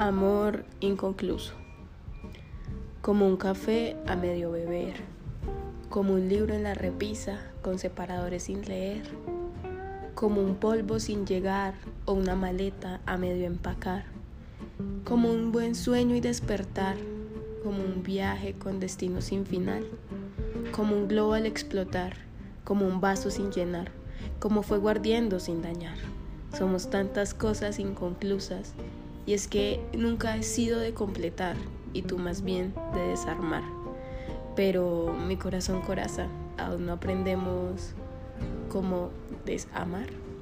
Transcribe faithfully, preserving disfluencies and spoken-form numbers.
Amor inconcluso, como un café a medio beber, como un libro en la repisa con separadores sin leer, como un polvo sin llegar o una maleta a medio empacar, como un buen sueño y despertar, como un viaje con destino sin final, como un globo al explotar, como un vaso sin llenar, como fuego ardiendo sin dañar. Somos tantas cosas inconclusas, y es que nunca he sido de completar y tú más bien de desarmar. Pero mi corazón coraza, aún no aprendemos cómo desamar.